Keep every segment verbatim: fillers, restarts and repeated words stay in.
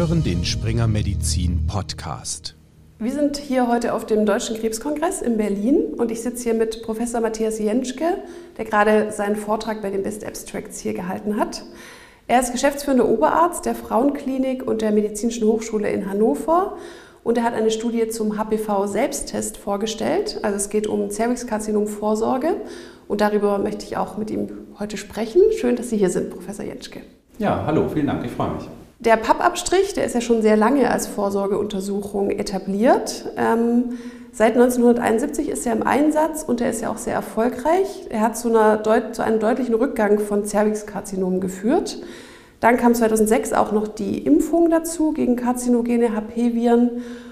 hören den Springer Medizin Podcast. Wir sind hier heute auf dem Deutschen Krebskongress in Berlin und ich sitze hier mit Professor Matthias Jentschke, der gerade seinen Vortrag bei den Best Abstracts hier gehalten hat. Er ist geschäftsführender Oberarzt der Frauenklinik und der Medizinischen Hochschule in Hannover und er hat eine Studie zum H P V-Selbsttest vorgestellt. Also es geht um Zervixkarzinom-Vorsorge und darüber möchte ich auch mit ihm heute sprechen. Schön, dass Sie hier sind, Professor Jentschke. Ja, hallo, vielen Dank, ich freue mich. Der Pappabstrich, der ist ja schon sehr lange als Vorsorgeuntersuchung etabliert. Ähm, seit neunzehnhunderteinundsiebzig ist er im Einsatz und er ist ja auch sehr erfolgreich. Er hat zu, einer deut- zu einem deutlichen Rückgang von Zervixkarzinomen geführt. Dann kam zweitausendsechs auch noch die Impfung dazu gegen karzinogene H P-Viren.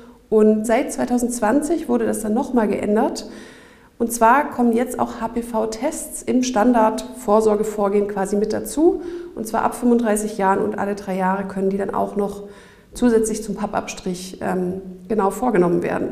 Und seit zweitausendzwanzig wurde das dann nochmal geändert. Und zwar kommen jetzt auch H P V-Tests im Standardvorsorgevorgehen quasi mit dazu. Und zwar ab fünfunddreißig Jahren und alle drei Jahre können die dann auch noch zusätzlich zum Pappabstrich ähm, genau vorgenommen werden.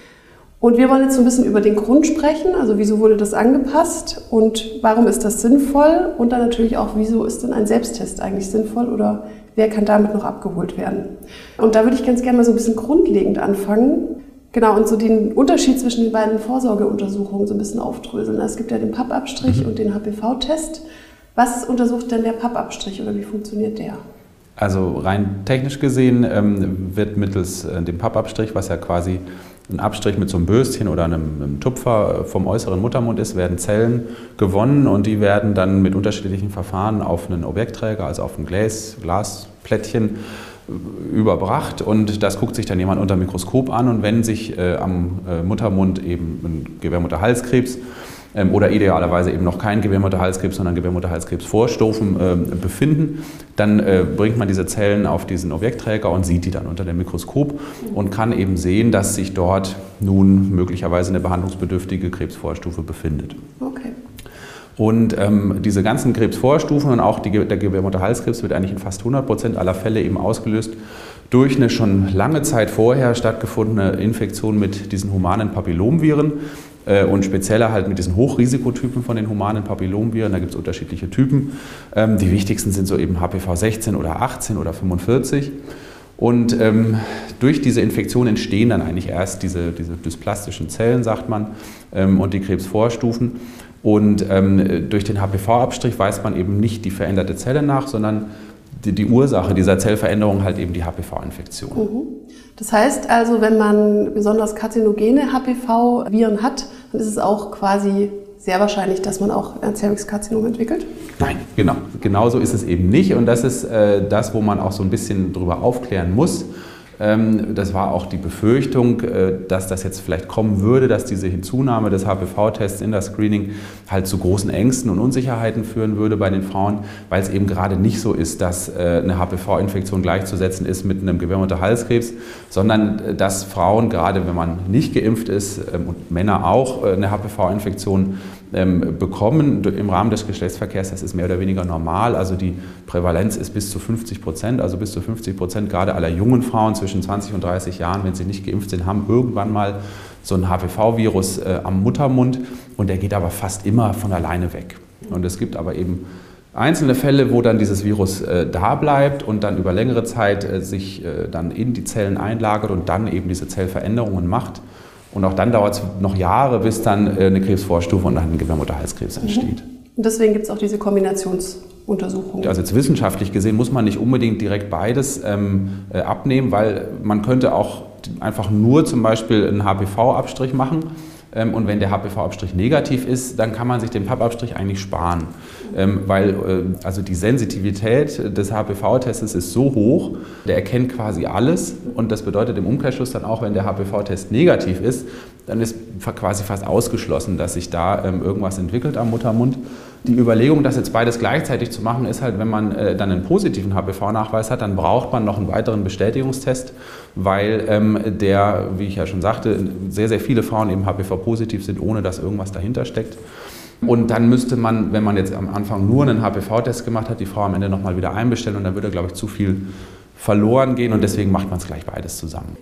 Und wir wollen jetzt so ein bisschen über den Grund sprechen, also wieso wurde das angepasst und warum ist das sinnvoll? Und dann natürlich auch, wieso ist denn ein Selbsttest eigentlich sinnvoll oder wer kann damit noch abgeholt werden? Und da würde ich ganz gerne mal so ein bisschen grundlegend anfangen. Genau, und so den Unterschied zwischen den beiden Vorsorgeuntersuchungen so ein bisschen aufdröseln. Es gibt ja den Pappabstrich mhm. und den H P V-Test. Was untersucht denn der Pappabstrich oder wie funktioniert der? Also rein technisch gesehen ähm, wird mittels äh, dem Pappabstrich, was ja quasi ein Abstrich mit so einem Bürstchen oder einem, einem Tupfer vom äußeren Muttermund ist, werden Zellen gewonnen und die werden dann mit unterschiedlichen Verfahren auf einen Objektträger, also auf ein Glas, Glasplättchen, überbracht und das guckt sich dann jemand unter dem Mikroskop an und wenn sich äh, am äh, Muttermund eben ein Gebärmutterhalskrebs ähm, oder idealerweise eben noch kein Gebärmutterhalskrebs, sondern Gebärmutterhalskrebsvorstufen äh, befinden, dann äh, bringt man diese Zellen auf diesen Objektträger und sieht die dann unter dem Mikroskop und kann eben sehen, dass sich dort nun möglicherweise eine behandlungsbedürftige Krebsvorstufe befindet. Okay. Und ähm, diese ganzen Krebsvorstufen und auch die, der Gebärmutterhalskrebs wird eigentlich in fast hundert Prozent aller Fälle eben ausgelöst durch eine schon lange Zeit vorher stattgefundene Infektion mit diesen humanen Papillomviren äh, und spezieller halt mit diesen Hochrisikotypen von den humanen Papillomviren. Da gibt es unterschiedliche Typen. Ähm, die wichtigsten sind so eben H P V sechzehn oder achtzehn oder fünfundvierzig. Und ähm, durch diese Infektion entstehen dann eigentlich erst diese, diese dysplastischen Zellen, sagt man, ähm, und die Krebsvorstufen. Und ähm, durch den H P V-Abstrich weist man eben nicht die veränderte Zelle nach, sondern die, die Ursache dieser Zellveränderung halt eben die H P V-Infektion. Mhm. Das heißt also, wenn man besonders karzinogene H P V-Viren hat, dann ist es auch quasi sehr wahrscheinlich, dass man auch ein Zervixkarzinom entwickelt? Nein, genau. Genauso ist es eben nicht. Und das ist äh, das, wo man auch so ein bisschen drüber aufklären muss. Ähm, das war auch die Befürchtung, äh, dass das jetzt vielleicht kommen würde, dass diese Hinzunahme des H P V-Tests in das Screening halt zu großen Ängsten und Unsicherheiten führen würde bei den Frauen, weil es eben gerade nicht so ist, dass äh, eine H P V-Infektion gleichzusetzen ist mit einem Gebärmutterhalskrebs, sondern äh, dass Frauen, gerade wenn man nicht geimpft ist ähm, und Männer auch, äh, eine H P V-Infektion ähm, bekommen im Rahmen des Geschlechtsverkehrs. Das ist mehr oder weniger normal. Also die Prävalenz ist bis zu fünfzig Prozent, also bis zu fünfzig Prozent gerade aller jungen Frauen zwischen zwanzig und dreißig Jahren, wenn sie nicht geimpft sind, haben irgendwann mal so ein H P V-Virus äh, am Muttermund und der geht aber fast immer von alleine weg. Und es gibt aber eben einzelne Fälle, wo dann dieses Virus äh, da bleibt und dann über längere Zeit äh, sich äh, dann in die Zellen einlagert und dann eben diese Zellveränderungen macht. Und auch dann dauert es noch Jahre, bis dann äh, eine Krebsvorstufe und dann ein Gebärmutterhalskrebs entsteht. Und deswegen gibt es auch diese Kombinationsuntersuchungen. Also jetzt wissenschaftlich gesehen muss man nicht unbedingt direkt beides ähm, äh, abnehmen, weil man könnte auch einfach nur zum Beispiel einen H P V-Abstrich machen. Ähm, und wenn der H P V-Abstrich negativ ist, dann kann man sich den Pappabstrich eigentlich sparen. Ähm, weil äh, also die Sensitivität des H P V-Tests ist so hoch, der erkennt quasi alles. Und das bedeutet im Umkehrschluss dann auch, wenn der H P V-Test negativ ist, dann ist quasi fast ausgeschlossen, dass sich da ähm, irgendwas entwickelt am Muttermund. Die Überlegung, das jetzt beides gleichzeitig zu machen, ist halt, wenn man äh, dann einen positiven H P V-Nachweis hat, dann braucht man noch einen weiteren Bestätigungstest, weil ähm, der, wie ich ja schon sagte, sehr, sehr viele Frauen eben H P V-positiv sind, ohne dass irgendwas dahinter steckt. Und dann müsste man, wenn man jetzt am Anfang nur einen H P V-Test gemacht hat, die Frau am Ende nochmal wieder einbestellen und dann würde, glaube ich, zu viel verloren gehen und deswegen macht man es gleich beides zusammen.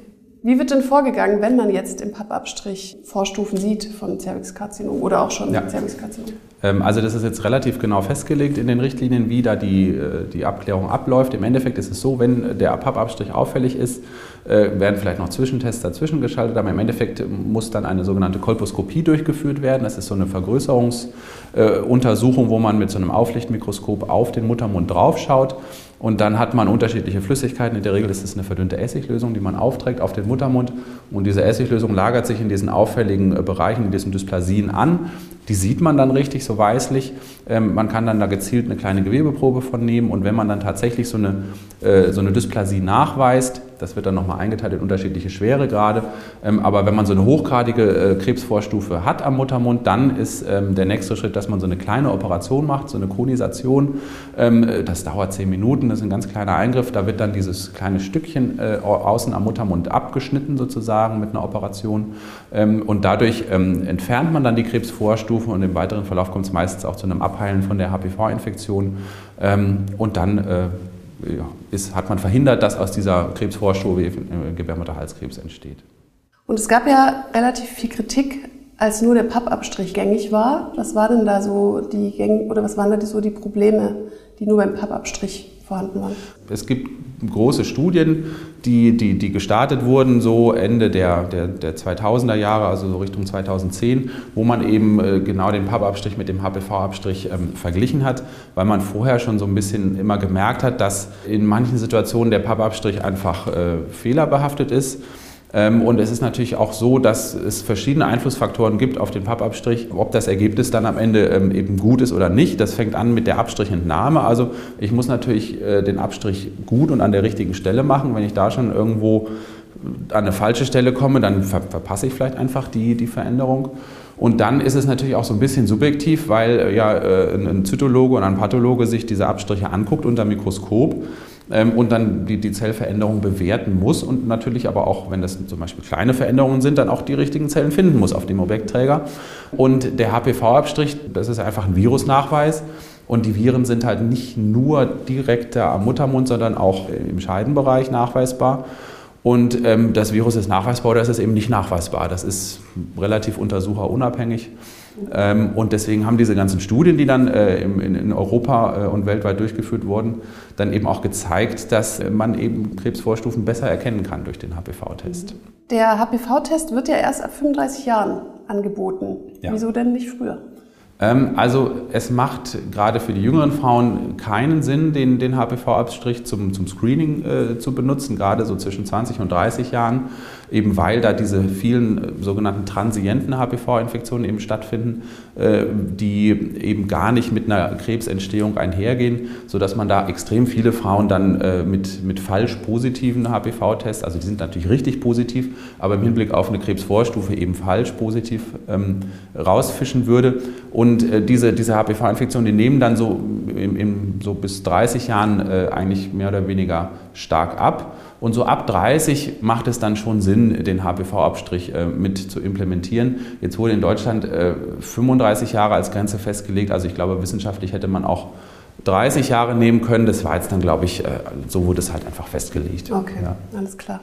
Wie wird denn vorgegangen, wenn man jetzt im Pappabstrich Vorstufen sieht von Zervixkarzinom oder auch schon ja. Zervixkarzinom? Ähm, also das ist jetzt relativ genau festgelegt in den Richtlinien, wie da die, die Abklärung abläuft. Im Endeffekt ist es so, wenn der Pappabstrich auffällig ist, äh, werden vielleicht noch Zwischentests dazwischen geschaltet, aber im Endeffekt muss dann eine sogenannte Kolposkopie durchgeführt werden. Das ist so eine Vergrößerungsuntersuchung, äh, wo man mit so einem Auflichtmikroskop auf den Muttermund draufschaut. Und dann hat man unterschiedliche Flüssigkeiten. In der Regel ist es eine verdünnte Essiglösung, die man aufträgt auf den Muttermund. Und diese Essiglösung lagert sich in diesen auffälligen Bereichen, in diesen Dysplasien an. Die sieht man dann richtig, so weißlich. Ähm, man kann dann da gezielt eine kleine Gewebeprobe von nehmen. Und wenn man dann tatsächlich so eine, äh, so eine Dysplasie nachweist, das wird dann nochmal eingeteilt in unterschiedliche Schweregrade. Ähm, aber wenn man so eine hochgradige äh, Krebsvorstufe hat am Muttermund, dann ist ähm, der nächste Schritt, dass man so eine kleine Operation macht, so eine Konisation. Ähm, das dauert zehn Minuten, das ist ein ganz kleiner Eingriff. Da wird dann dieses kleine Stückchen äh, außen am Muttermund abgeschnitten sozusagen mit einer Operation. Ähm, und dadurch ähm, entfernt man dann die Krebsvorstufe und im weiteren Verlauf kommt es meistens auch zu einem Abheilen von der H P V-Infektion. Ähm, und dann äh, Ja, ist, hat man verhindert, dass aus dieser Krebsvorstufe Gebärmutterhalskrebs entsteht. Und es gab ja relativ viel Kritik, als nur der Pappabstrich gängig war. Was war denn da so die Gäng- oder was waren da so die Probleme, die nur beim Pappabstrich vorhanden waren? Es gibt große Studien, die, die, die gestartet wurden, so Ende der, der, der zweitausender Jahre, also so Richtung zweitausendzehn, wo man eben äh, genau den Pappabstrich mit dem H P V-Abstrich ähm, verglichen hat, weil man vorher schon so ein bisschen immer gemerkt hat, dass in manchen Situationen der Pappabstrich einfach äh, fehlerbehaftet ist. Und es ist natürlich auch so, dass es verschiedene Einflussfaktoren gibt auf den Pappabstrich, ob das Ergebnis dann am Ende eben gut ist oder nicht. Das fängt an mit der Abstrichentnahme. Also ich muss natürlich den Abstrich gut und an der richtigen Stelle machen. Wenn ich da schon irgendwo an eine falsche Stelle komme, dann verpasse ich vielleicht einfach die, die Veränderung. Und dann ist es natürlich auch so ein bisschen subjektiv, weil ja ein Zytologe und ein Pathologe sich diese Abstriche anguckt unter Mikroskop und dann die, die Zellveränderung bewerten muss und natürlich aber auch, wenn das zum Beispiel kleine Veränderungen sind, dann auch die richtigen Zellen finden muss auf dem Objektträger. Und der H P V-Abstrich, das ist einfach ein Virusnachweis. Und die Viren sind halt nicht nur direkt am Muttermund, sondern auch im Scheidenbereich nachweisbar. Und ähm, das Virus ist nachweisbar oder es ist eben nicht nachweisbar. Das ist relativ untersucherunabhängig. Ähm, und deswegen haben diese ganzen Studien, die dann äh, in, in Europa äh, und weltweit durchgeführt wurden, dann eben auch gezeigt, dass man eben Krebsvorstufen besser erkennen kann durch den H P V-Test. Der H P V-Test wird ja erst ab fünfunddreißig Jahren angeboten. Ja. Wieso denn nicht früher? Also es macht gerade für die jüngeren Frauen keinen Sinn, den, den H P V-Abstrich zum, zum Screening äh, zu benutzen, gerade so zwischen zwanzig und dreißig Jahren, eben weil da diese vielen äh, sogenannten transienten H P V-Infektionen eben stattfinden, äh, die eben gar nicht mit einer Krebsentstehung einhergehen, sodass man da extrem viele Frauen dann äh, mit, mit falsch positiven H P V-Tests, also die sind natürlich richtig positiv, aber im Hinblick auf eine Krebsvorstufe eben falsch positiv ähm, rausfischen würde. Und Und äh, diese, diese H P V-Infektionen, die nehmen dann so, im, im, so bis dreißig Jahren äh, eigentlich mehr oder weniger stark ab. Und so ab dreißig macht es dann schon Sinn, den H P V-Abstrich äh, mit zu implementieren. Jetzt wurde in Deutschland äh, fünfunddreißig Jahre als Grenze festgelegt. Also ich glaube, wissenschaftlich hätte man auch dreißig Jahre nehmen können. Das war jetzt dann, glaube ich, äh, so wurde es halt einfach festgelegt. Okay, ja. Alles klar.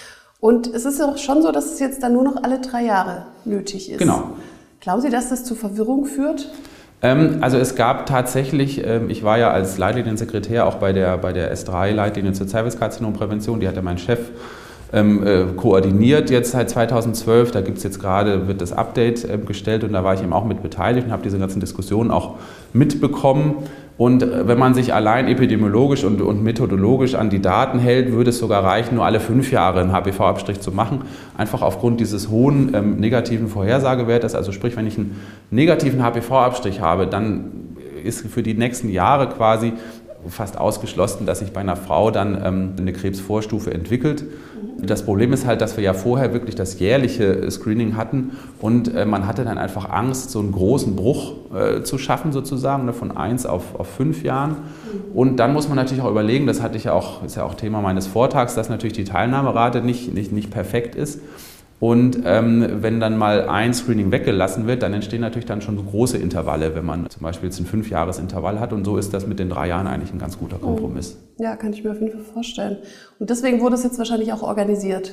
Und es ist auch schon so, dass es jetzt dann nur noch alle drei Jahre nötig ist. Genau. Glauben Sie, dass das zu Verwirrung führt? Ähm, also es gab tatsächlich, ähm, ich war ja als Leitliniensekretär auch bei der, bei der S drei Leitlinie zur Zervixkarzinomprävention, die hat ja mein Chef ähm, äh, koordiniert jetzt seit zweitausendzwölf. Da gibt es jetzt gerade, wird das Update äh, gestellt und da war ich eben auch mit beteiligt und habe diese ganzen Diskussionen auch mitbekommen. Und wenn man sich allein epidemiologisch und, und methodologisch an die Daten hält, würde es sogar reichen, nur alle fünf Jahre einen H P V-Abstrich zu machen. Einfach aufgrund dieses hohen ähm, negativen Vorhersagewertes. Also sprich, wenn ich einen negativen H P V-Abstrich habe, dann ist für die nächsten Jahre quasi fast ausgeschlossen, dass sich bei einer Frau dann ähm, eine Krebsvorstufe entwickelt. Das Problem ist halt, dass wir ja vorher wirklich das jährliche Screening hatten und äh, man hatte dann einfach Angst, so einen großen Bruch äh, zu schaffen sozusagen, ne, von eins auf, auf fünf Jahren. Und dann muss man natürlich auch überlegen, das hatte ich ja auch, ist ja auch Thema meines Vortrags, dass natürlich die Teilnahmerate nicht, nicht, nicht perfekt ist. Und ähm, wenn dann mal ein Screening weggelassen wird, dann entstehen natürlich dann schon so große Intervalle, wenn man zum Beispiel jetzt ein Fünfjahres-Intervall hat. Und so ist das mit den drei Jahren eigentlich ein ganz guter Kompromiss. Ja, kann ich mir auf jeden Fall vorstellen. Und deswegen wurde es jetzt wahrscheinlich auch organisiert,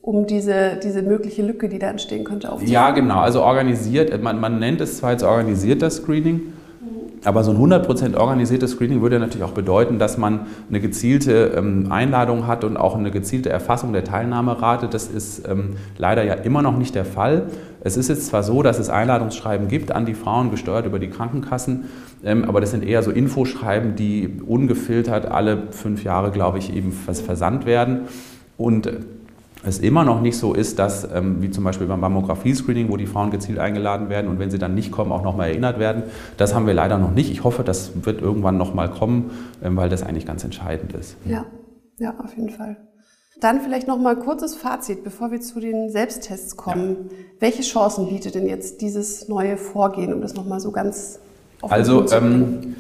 um diese, diese mögliche Lücke, die da entstehen könnte, aufzufangen? Ja, genau. Also organisiert, man, man nennt es zwar jetzt organisiert das Screening, aber so ein hundert Prozent organisiertes Screening würde natürlich auch bedeuten, dass man eine gezielte ähm, Einladung hat und auch eine gezielte Erfassung der Teilnahmerate. Das ist ähm, leider ja immer noch nicht der Fall. Es ist jetzt zwar so, dass es Einladungsschreiben gibt an die Frauen, gesteuert über die Krankenkassen, ähm, aber das sind eher so Infoschreiben, die ungefiltert alle fünf Jahre, glaube ich, eben versandt werden. Und es immer noch nicht so ist, dass, ähm, wie zum Beispiel beim Mammographie-Screening, wo die Frauen gezielt eingeladen werden und wenn sie dann nicht kommen, auch nochmal erinnert werden. Das haben wir leider noch nicht. Ich hoffe, das wird irgendwann nochmal kommen, ähm, weil das eigentlich ganz entscheidend ist. Ja, ja, auf jeden Fall. Dann vielleicht nochmal ein kurzes Fazit, bevor wir zu den Selbsttests kommen. Ja. Welche Chancen bietet denn jetzt dieses neue Vorgehen, um das nochmal so ganz auf den Punkt zu bringen?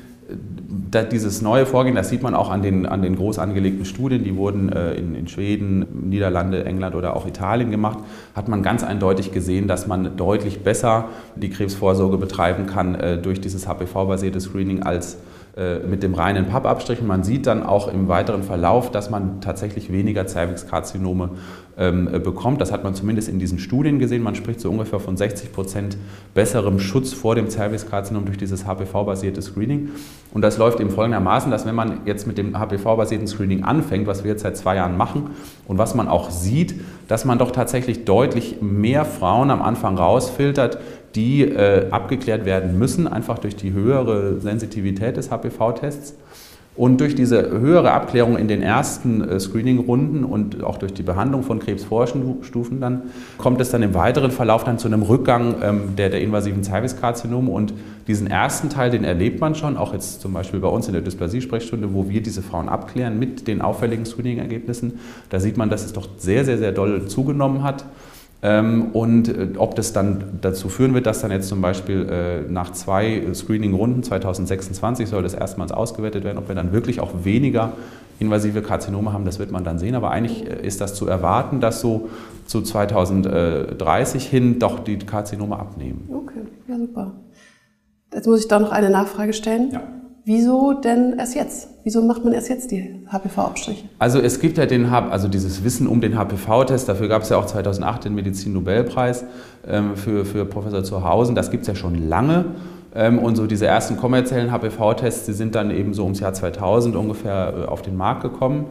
Da dieses neue Vorgehen, das sieht man auch an den, an den groß angelegten Studien, die wurden äh, in, in Schweden, Niederlande, England oder auch Italien gemacht, hat man ganz eindeutig gesehen, dass man deutlich besser die Krebsvorsorge betreiben kann äh, durch dieses H P V-basierte Screening als äh, mit dem reinen P A P-Abstrich. Und man sieht dann auch im weiteren Verlauf, dass man tatsächlich weniger Zervixkarzinome ähm, bekommt. Das hat man zumindest in diesen Studien gesehen. Man spricht so ungefähr von sechzig Prozent besserem Schutz vor dem Zervixkarzinom durch dieses H P V-basierte Screening. Und das läuft eben folgendermaßen, dass wenn man jetzt mit dem H P V-basierten Screening anfängt, was wir jetzt seit zwei Jahren machen und was man auch sieht, dass man doch tatsächlich deutlich mehr Frauen am Anfang rausfiltert, die äh, abgeklärt werden müssen, einfach durch die höhere Sensitivität des H P V-Tests. Und durch diese höhere Abklärung in den ersten äh, Screening-Runden und auch durch die Behandlung von Krebsvorstufen dann, kommt es dann im weiteren Verlauf dann zu einem Rückgang ähm, der, der invasiven Zervixkarzinome. Und diesen ersten Teil, den erlebt man schon, auch jetzt zum Beispiel bei uns in der Dysplasie-Sprechstunde, wo wir diese Frauen abklären mit den auffälligen Screening-Ergebnissen. Da sieht man, dass es doch sehr, sehr, sehr doll zugenommen hat. Ähm, und äh, ob das dann dazu führen wird, dass dann jetzt zum Beispiel äh, nach zwei Screening-Runden zwanzig sechsundzwanzig soll das erstmals ausgewertet werden, ob wir dann wirklich auch weniger invasive Karzinome haben, das wird man dann sehen. Aber eigentlich äh, ist das zu erwarten, dass so zu zweitausenddreißig hin doch die Karzinome abnehmen. Okay, ja super. Jetzt muss ich da noch eine Nachfrage stellen. Ja. Wieso denn erst jetzt? Wieso macht man erst jetzt die H P V-Abstriche? Also es gibt ja den, also dieses Wissen um den H P V-Test, dafür gab es ja auch zweitausendacht den Medizin-Nobelpreis ähm, für, für Professor Zurhausen, das gibt es ja schon lange. Ähm, und so diese ersten kommerziellen H P V-Tests, die sind dann eben so ums Jahr zweitausend ungefähr äh, auf den Markt gekommen.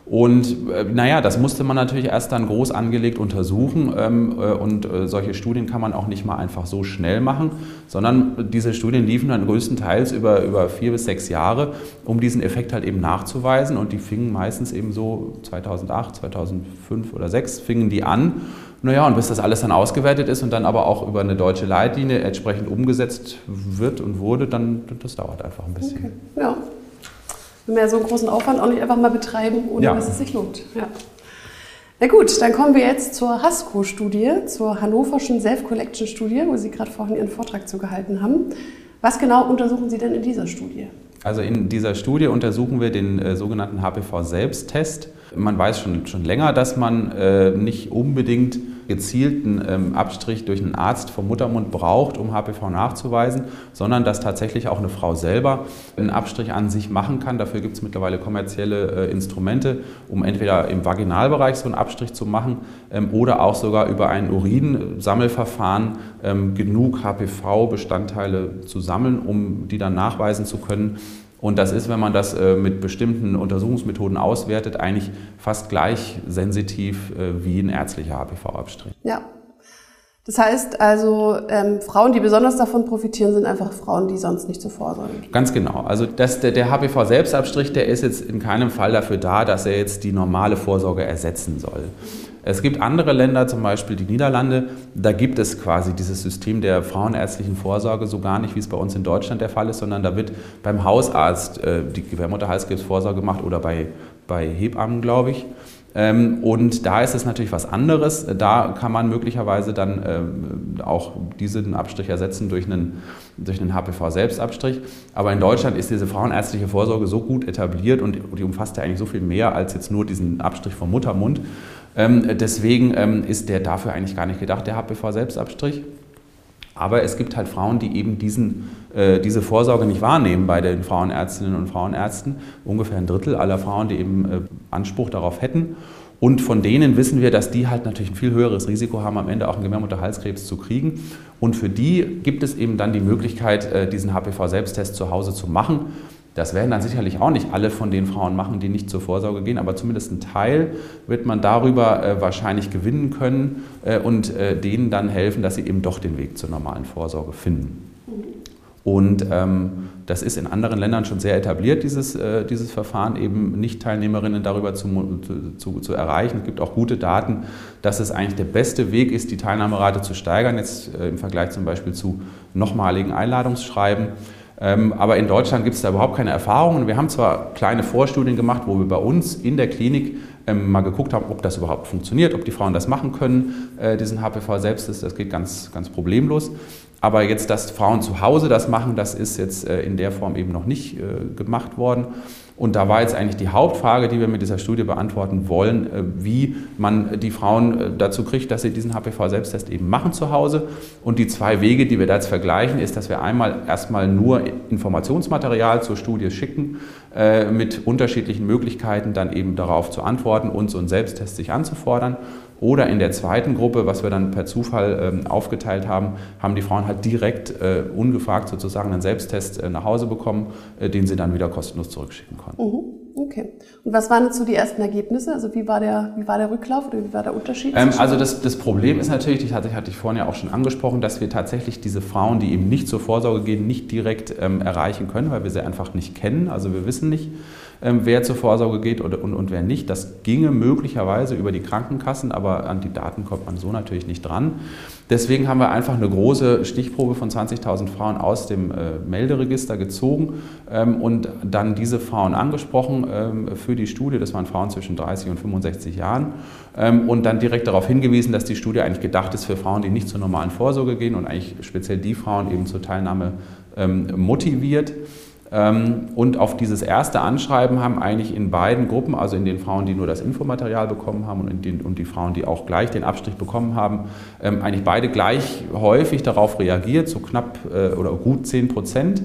Und äh, naja, das musste man natürlich erst dann groß angelegt untersuchen ähm, äh, und äh, solche Studien kann man auch nicht mal einfach so schnell machen, sondern diese Studien liefen dann größtenteils über, über vier bis sechs Jahre, um diesen Effekt halt eben nachzuweisen und die fingen meistens eben so zweitausendacht, zweitausendfünf oder zweitausendsechs fingen die an. Naja, und bis das alles dann ausgewertet ist und dann aber auch über eine deutsche Leitlinie entsprechend umgesetzt wird und wurde, dann das dauert einfach ein bisschen. Okay. Ja. Wenn wir so einen großen Aufwand auch nicht einfach mal betreiben, ohne ja. dass es sich lohnt. Ja. Na gut, dann kommen wir jetzt zur Hasco-Studie, zur Hannoverschen Self-Collection-Studie, wo Sie gerade vorhin Ihren Vortrag zugehalten haben. Was genau untersuchen Sie denn in dieser Studie? Also in dieser Studie untersuchen wir den äh, sogenannten H P V-Selbsttest. Man weiß schon, schon länger, dass man äh, nicht unbedingt gezielten ähm, Abstrich durch einen Arzt vom Muttermund braucht, um H P V nachzuweisen, sondern dass tatsächlich auch eine Frau selber einen Abstrich an sich machen kann. Dafür gibt es mittlerweile kommerzielle äh, Instrumente, um entweder im Vaginalbereich so einen Abstrich zu machen ähm, oder auch sogar über ein Urinsammelverfahren ähm, genug H P V-Bestandteile zu sammeln, um die dann nachweisen zu können. Und das ist, wenn man das äh, mit bestimmten Untersuchungsmethoden auswertet, eigentlich fast gleich sensitiv äh, wie ein ärztlicher H P V-Abstrich. Ja, das heißt also, ähm, Frauen, die besonders davon profitieren, sind einfach Frauen, die sonst nicht zur Vorsorge gehen. Ganz genau. Also das, der, der H P V-Selbstabstrich, der ist jetzt in keinem Fall dafür da, dass er jetzt die normale Vorsorge ersetzen soll. Es gibt andere Länder, zum Beispiel die Niederlande, da gibt es quasi dieses System der frauenärztlichen Vorsorge so gar nicht, wie es bei uns in Deutschland der Fall ist, sondern da wird beim Hausarzt äh, die Gebärmutterhalskrebsvorsorge gemacht oder bei, bei Hebammen, glaube ich. Ähm, und da ist es natürlich was anderes. Da kann man möglicherweise dann ähm, auch diesen Abstrich ersetzen durch einen, durch einen H P V-Selbstabstrich. Aber in Deutschland ist diese frauenärztliche Vorsorge so gut etabliert und die umfasst ja eigentlich so viel mehr als jetzt nur diesen Abstrich vom Muttermund. Ähm, deswegen ähm, ist der dafür eigentlich gar nicht gedacht, der H P V-Selbstabstrich. Aber es gibt halt Frauen, die eben diesen, äh, diese Vorsorge nicht wahrnehmen bei den Frauenärztinnen und Frauenärzten. Ungefähr ein Drittel aller Frauen, die eben äh, Anspruch darauf hätten. Und von denen wissen wir, dass die halt natürlich ein viel höheres Risiko haben, am Ende auch einen Gebärmutterhalskrebs zu kriegen. Und für die gibt es eben dann die Möglichkeit, diesen H P V-Selbsttest zu Hause zu machen. Das werden dann sicherlich auch nicht alle von den Frauen machen, die nicht zur Vorsorge gehen, aber zumindest einen Teil wird man darüber äh, wahrscheinlich gewinnen können äh, und äh, denen dann helfen, dass sie eben doch den Weg zur normalen Vorsorge finden. Und ähm, das ist in anderen Ländern schon sehr etabliert, dieses, äh, dieses Verfahren, eben Nicht-Teilnehmerinnen darüber zu, zu, zu erreichen. Es gibt auch gute Daten, dass es eigentlich der beste Weg ist, die Teilnahmerate zu steigern, jetzt äh, im Vergleich zum Beispiel zu nochmaligen Einladungsschreiben. Ähm, aber in Deutschland gibt es da überhaupt keine Erfahrungen. Wir haben zwar kleine Vorstudien gemacht, wo wir bei uns in der Klinik ähm, mal geguckt haben, ob das überhaupt funktioniert, ob die Frauen das machen können, äh, diesen H P V-Selbsttest, das geht ganz, ganz problemlos. Aber jetzt, dass Frauen zu Hause das machen, das ist jetzt äh, in der Form eben noch nicht äh, gemacht worden. Und da war jetzt eigentlich die Hauptfrage, die wir mit dieser Studie beantworten wollen, wie man die Frauen dazu kriegt, dass sie diesen H P V-Selbsttest eben machen zu Hause. Und die zwei Wege, die wir da jetzt vergleichen, ist, dass wir einmal erstmal nur Informationsmaterial zur Studie schicken, äh, mit unterschiedlichen Möglichkeiten dann eben darauf zu antworten und so einen Selbsttest sich anzufordern. Oder in der zweiten Gruppe, was wir dann per Zufall ähm, aufgeteilt haben, haben die Frauen halt direkt äh, ungefragt sozusagen einen Selbsttest äh, nach Hause bekommen, äh, den sie dann wieder kostenlos zurückschicken konnten. Mhm. Okay. Und was waren jetzt so die ersten Ergebnisse? Also wie war der, wie war der Rücklauf oder wie war der Unterschied? Ähm, also das, das Problem ist natürlich, das hatte, hatte ich vorhin ja auch schon angesprochen, dass wir tatsächlich diese Frauen, die eben nicht zur Vorsorge gehen, nicht direkt ähm, erreichen können, weil wir sie einfach nicht kennen. Also wir wissen nicht, ähm, wer zur Vorsorge geht und, und, und wer nicht. Das ginge möglicherweise über die Krankenkassen, aber an die Daten kommt man so natürlich nicht dran. Deswegen haben wir einfach eine große Stichprobe von zwanzigtausend Frauen aus dem äh, Melderegister gezogen ähm, und dann diese Frauen angesprochen ähm, für die Studie. Das waren Frauen zwischen dreißig und fünfundsechzig Jahren ähm, und dann direkt darauf hingewiesen, dass die Studie eigentlich gedacht ist für Frauen, die nicht zur normalen Vorsorge gehen und eigentlich speziell die Frauen eben zur Teilnahme ähm, motiviert. Und auf dieses erste Anschreiben haben eigentlich in beiden Gruppen, also in den Frauen, die nur das Infomaterial bekommen haben und, in den, und die Frauen, die auch gleich den Abstrich bekommen haben, eigentlich beide gleich häufig darauf reagiert, so knapp oder gut zehn Prozent.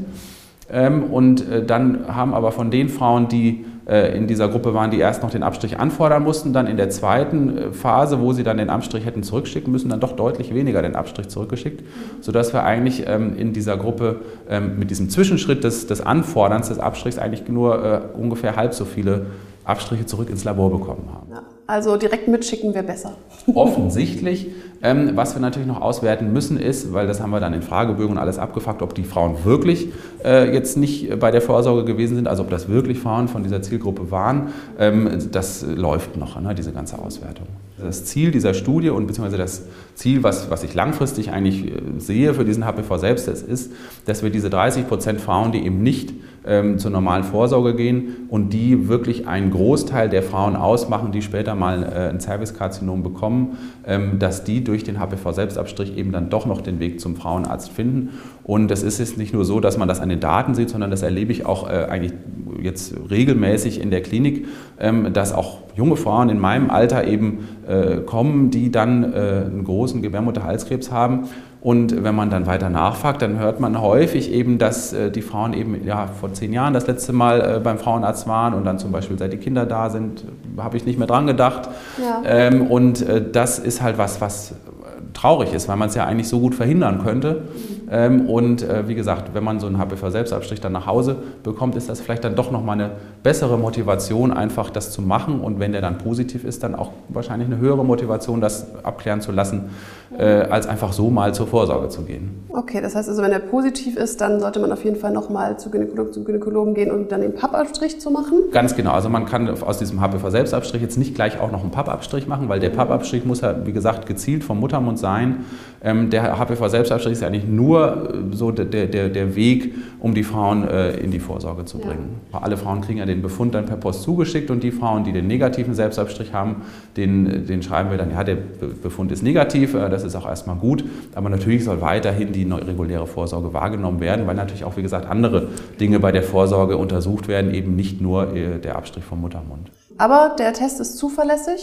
Und dann haben aber von den Frauen, die in dieser Gruppe waren, die erst noch den Abstrich anfordern mussten, dann in der zweiten Phase, wo sie dann den Abstrich hätten zurückschicken müssen, dann doch deutlich weniger den Abstrich zurückgeschickt, sodass wir eigentlich in dieser Gruppe mit diesem Zwischenschritt des, des Anforderns des Abstrichs eigentlich nur ungefähr halb so viele Abstriche zurück ins Labor bekommen haben. Ja, also direkt mitschicken wäre besser. Offensichtlich. Ähm, was wir natürlich noch auswerten müssen ist, weil das haben wir dann in Fragebögen und alles abgefragt, ob die Frauen wirklich äh, jetzt nicht bei der Vorsorge gewesen sind, also ob das wirklich Frauen von dieser Zielgruppe waren. Ähm, das läuft noch, ne, diese ganze Auswertung. Das Ziel dieser Studie und beziehungsweise das Ziel, was, was ich langfristig eigentlich sehe für diesen H P V-Selbsttest, ist, dass wir diese dreißig Prozent Frauen, die eben nicht ähm, zur normalen Vorsorge gehen und die wirklich einen Großteil der Frauen ausmachen, die später mal äh, ein Cervixkarzinom bekommen, ähm, dass die durch den H P V-Selbstabstrich eben dann doch noch den Weg zum Frauenarzt finden. Und es ist jetzt nicht nur so, dass man das an den Daten sieht, sondern das erlebe ich auch äh, eigentlich jetzt regelmäßig in der Klinik, ähm, dass auch junge Frauen in meinem Alter eben äh, kommen, die dann äh, einen großen Gebärmutterhalskrebs haben. Und wenn man dann weiter nachfragt, dann hört man häufig eben, dass äh, die Frauen eben ja, vor zehn Jahren das letzte Mal äh, beim Frauenarzt waren und dann zum Beispiel, seit die Kinder da sind, habe ich nicht mehr dran gedacht. Ja. Ähm, und äh, das ist halt was, was traurig ist, weil man es ja eigentlich so gut verhindern könnte. Ähm, und äh, wie gesagt, wenn man so einen H P V-Selbstabstrich dann nach Hause bekommt, ist das vielleicht dann doch nochmal eine bessere Motivation, einfach das zu machen. Und wenn der dann positiv ist, dann auch wahrscheinlich eine höhere Motivation, das abklären zu lassen, äh, als einfach so mal zur Vorsorge zu gehen. Okay, das heißt also, wenn er positiv ist, dann sollte man auf jeden Fall nochmal zu Gynäkologen, zum Gynäkologen gehen, um dann den Pappabstrich zu machen? Ganz genau. Also man kann aus diesem H P V-Selbstabstrich jetzt nicht gleich auch noch einen Pappabstrich machen, weil der Pappabstrich muss ja, wie gesagt, gezielt vom Muttermund sein. Ähm, der H P V-Selbstabstrich ist ja eigentlich nur so der, der, der Weg, um die Frauen äh, in die Vorsorge zu bringen. Ja. Alle Frauen kriegen ja den Befund dann per Post zugeschickt und die Frauen, die den negativen Selbstabstrich haben, den, den schreiben wir dann, ja, der Befund ist negativ, äh, das ist auch erstmal gut, aber natürlich soll weiterhin die reguläre Vorsorge wahrgenommen werden, weil natürlich auch, wie gesagt, andere Dinge bei der Vorsorge untersucht werden, eben nicht nur äh, der Abstrich vom Muttermund. Aber der Test ist zuverlässig?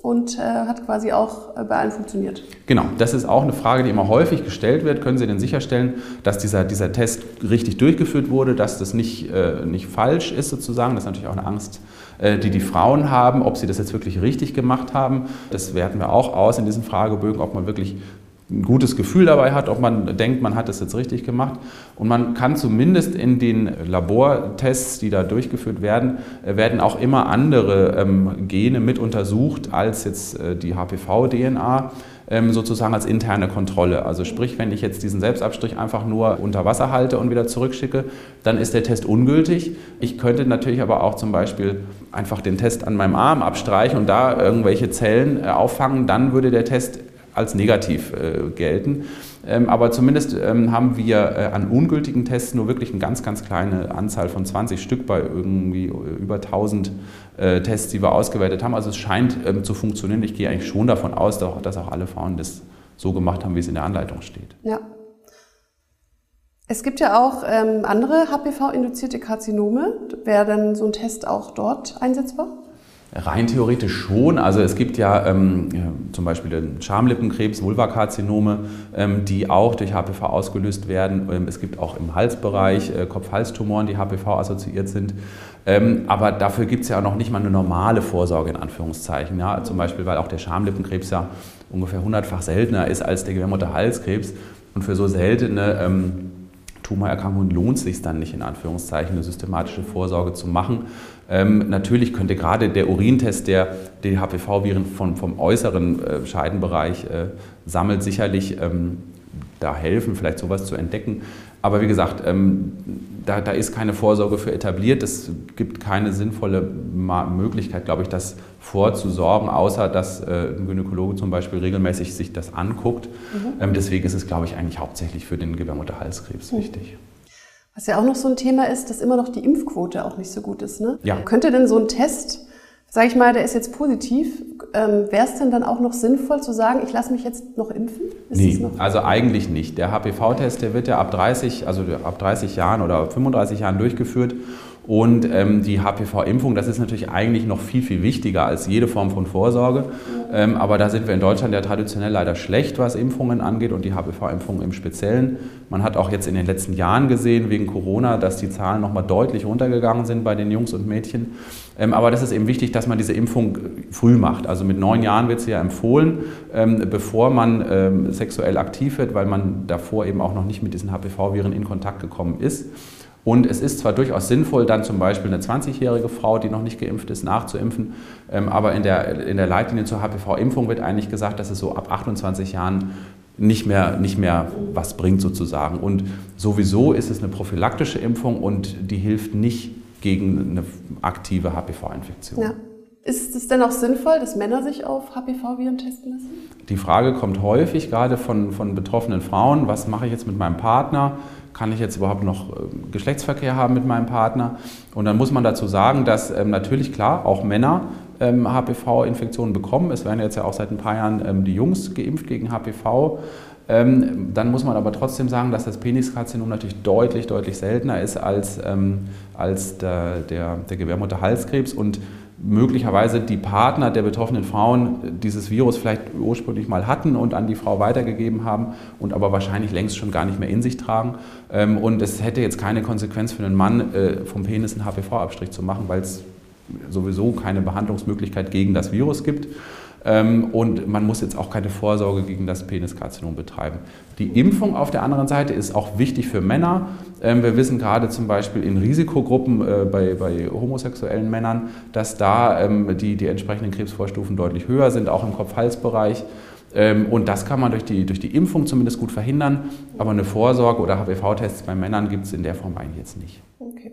und äh, hat quasi auch äh, bei allen funktioniert. Genau, das ist auch eine Frage, die immer häufig gestellt wird. Können Sie denn sicherstellen, dass dieser, dieser Test richtig durchgeführt wurde, dass das nicht, äh, nicht falsch ist sozusagen? Das ist natürlich auch eine Angst, äh, die die Frauen haben, ob sie das jetzt wirklich richtig gemacht haben. Das werten wir auch aus in diesen Fragebögen, ob man wirklich ein gutes Gefühl dabei hat, ob man denkt, man hat es jetzt richtig gemacht. Und man kann zumindest in den Labortests, die da durchgeführt werden, werden auch immer andere ähm, Gene mit untersucht als jetzt äh, die H P V-D N A, ähm, sozusagen als interne Kontrolle. Also sprich, wenn ich jetzt diesen Selbstabstrich einfach nur unter Wasser halte und wieder zurückschicke, dann ist der Test ungültig. Ich könnte natürlich aber auch zum Beispiel einfach den Test an meinem Arm abstreichen und da irgendwelche Zellen äh, auffangen, dann würde der Test als negativ äh, gelten. Ähm, aber zumindest ähm, haben wir äh, an ungültigen Tests nur wirklich eine ganz, ganz kleine Anzahl von zwanzig Stück bei irgendwie über tausend äh, Tests, die wir ausgewertet haben. Also es scheint ähm, zu funktionieren. Ich gehe eigentlich schon davon aus, dass auch alle Frauen das so gemacht haben, wie es in der Anleitung steht. Ja. Es gibt ja auch ähm, andere H P V-induzierte Karzinome. Wäre dann so ein Test auch dort einsetzbar? Rein theoretisch schon. Also es gibt ja ähm, zum Beispiel den Schamlippenkrebs, Vulvakarzinome, ähm, die auch durch H P V ausgelöst werden. Ähm, es gibt auch im Halsbereich äh, Kopf-Hals-Tumoren, die H P V-assoziiert sind. Ähm, aber dafür gibt es ja auch noch nicht mal eine normale Vorsorge in Anführungszeichen. Ja? Zum Beispiel, weil auch der Schamlippenkrebs ja ungefähr hundertfach seltener ist als der Gebärmutterhalskrebs. Und für so seltene ähm, Tumorerkrankungen lohnt es sich dann nicht, in Anführungszeichen, eine systematische Vorsorge zu machen. Ähm, natürlich könnte gerade der Urintest, der die H P V-Viren vom, vom äußeren äh, Scheidenbereich äh, sammelt, sicherlich ähm, da helfen, vielleicht sowas zu entdecken. Aber wie gesagt, ähm, da, da ist keine Vorsorge für etabliert. Es gibt keine sinnvolle Ma- Möglichkeit, glaube ich, das vorzusorgen, außer dass äh, ein Gynäkologe zum Beispiel regelmäßig sich das anguckt. Mhm. Ähm, deswegen ist es, glaube ich, eigentlich hauptsächlich für den Gebärmutterhalskrebs mhm. wichtig. Was ja auch noch so ein Thema ist, dass immer noch die Impfquote auch nicht so gut ist. Ne? Ja. Könnte denn so ein Test, sage ich mal, der ist jetzt positiv, ähm, wäre es denn dann auch noch sinnvoll zu sagen, ich lasse mich jetzt noch impfen? Ist nee, das noch? Also eigentlich nicht. Der H P V-Test, der wird ja ab dreißig, also ab dreißig Jahren oder fünfunddreißig Jahren durchgeführt. Und ähm, die H P V-Impfung, das ist natürlich eigentlich noch viel, viel wichtiger als jede Form von Vorsorge. Ähm, aber da sind wir in Deutschland ja traditionell leider schlecht, was Impfungen angeht und die H P V-Impfung im Speziellen. Man hat auch jetzt in den letzten Jahren gesehen, wegen Corona, dass die Zahlen nochmal deutlich runtergegangen sind bei den Jungs und Mädchen. Ähm, aber das ist eben wichtig, dass man diese Impfung früh macht. Also mit neun Jahren wird sie ja empfohlen, ähm, bevor man ähm, sexuell aktiv wird, weil man davor eben auch noch nicht mit diesen H P V-Viren in Kontakt gekommen ist. Und es ist zwar durchaus sinnvoll, dann zum Beispiel eine zwanzigjährige Frau, die noch nicht geimpft ist, nachzuimpfen, ähm, aber in der, in der Leitlinie zur H P V-Impfung wird eigentlich gesagt, dass es so ab achtundzwanzig Jahren nicht mehr, nicht mehr was bringt sozusagen. Und sowieso ist es eine prophylaktische Impfung und die hilft nicht gegen eine aktive H P V-Infektion. Ja. Ist es denn auch sinnvoll, dass Männer sich auf H P V-Viren testen lassen? Die Frage kommt häufig, gerade von, von betroffenen Frauen, was mache ich jetzt mit meinem Partner? Kann ich jetzt überhaupt noch äh, Geschlechtsverkehr haben mit meinem Partner? Und dann muss man dazu sagen, dass ähm, natürlich klar auch Männer ähm, H P V-Infektionen bekommen. Es werden jetzt ja auch seit ein paar Jahren ähm, die Jungs geimpft gegen H P V. Ähm, dann muss man aber trotzdem sagen, dass das Peniskarzinom natürlich deutlich, deutlich seltener ist als, ähm, als der, der, der Gebärmutterhalskrebs und möglicherweise die Partner der betroffenen Frauen dieses Virus vielleicht ursprünglich mal hatten und an die Frau weitergegeben haben und aber wahrscheinlich längst schon gar nicht mehr in sich tragen. Und es hätte jetzt keine Konsequenz für einen Mann, vom Penis einen H P V-Abstrich zu machen, weil es sowieso keine Behandlungsmöglichkeit gegen das Virus gibt. Und man muss jetzt auch keine Vorsorge gegen das Peniskarzinom betreiben. Die Impfung auf der anderen Seite ist auch wichtig für Männer. Wir wissen gerade zum Beispiel in Risikogruppen bei, bei homosexuellen Männern, dass da die, die entsprechenden Krebsvorstufen deutlich höher sind, auch im Kopf-Hals-Bereich. Und das kann man durch die, durch die Impfung zumindest gut verhindern. Aber eine Vorsorge oder H P V-Tests bei Männern gibt es in der Form eigentlich jetzt nicht. Okay.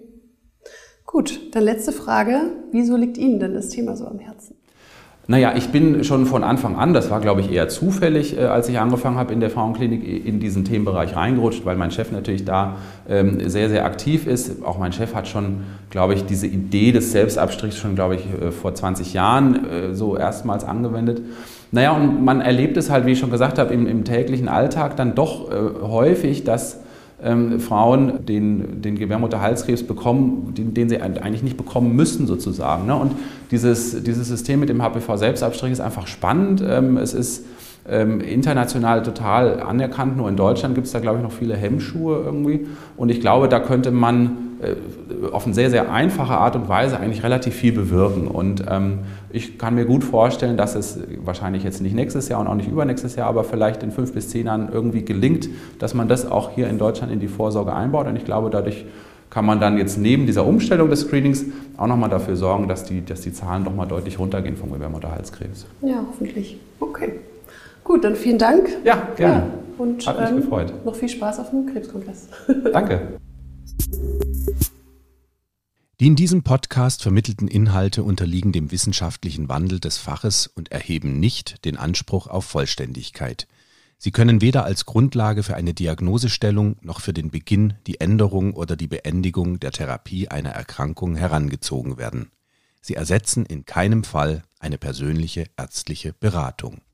Gut, dann letzte Frage. Wieso liegt Ihnen denn das Thema so am Herzen? Naja, ich bin schon von Anfang an, das war glaube ich eher zufällig, äh, als ich angefangen habe in der Frauenklinik, in diesen Themenbereich reingerutscht, weil mein Chef natürlich da ähm, sehr, sehr aktiv ist. Auch mein Chef hat schon, glaube ich, diese Idee des Selbstabstrichs schon, glaube ich, äh, vor zwanzig Jahren äh, so erstmals angewendet. Naja, und man erlebt es halt, wie ich schon gesagt habe, im, im täglichen Alltag dann doch äh, häufig, dass ähm, Frauen den, den Gebärmutterhalskrebs bekommen, den, den sie eigentlich nicht bekommen müssten sozusagen. Ne? Und dieses, dieses System mit dem H P V-Selbstabstrich ist einfach spannend. Ähm, es ist ähm, international total anerkannt, nur in Deutschland gibt es da, glaube ich, noch viele Hemmschuhe irgendwie. Und ich glaube, da könnte man äh, auf eine sehr, sehr einfache Art und Weise eigentlich relativ viel bewirken. Und ähm, ich kann mir gut vorstellen, dass es wahrscheinlich jetzt nicht nächstes Jahr und auch nicht übernächstes Jahr, aber vielleicht in fünf bis zehn Jahren irgendwie gelingt, dass man das auch hier in Deutschland in die Vorsorge einbaut. Und ich glaube, dadurch kann man dann jetzt neben dieser Umstellung des Screenings auch nochmal dafür sorgen, dass die, dass die Zahlen doch mal deutlich runtergehen vom Gebärmutterhalskrebs. Ja, hoffentlich. Okay. Gut, dann vielen Dank. Ja, gerne. Ja, und hat mich ähm, gefreut. Noch viel Spaß auf dem Krebskongress. Danke. Die in diesem Podcast vermittelten Inhalte unterliegen dem wissenschaftlichen Wandel des Faches und erheben nicht den Anspruch auf Vollständigkeit. Sie können weder als Grundlage für eine Diagnosestellung noch für den Beginn, die Änderung oder die Beendigung der Therapie einer Erkrankung herangezogen werden. Sie ersetzen in keinem Fall eine persönliche ärztliche Beratung.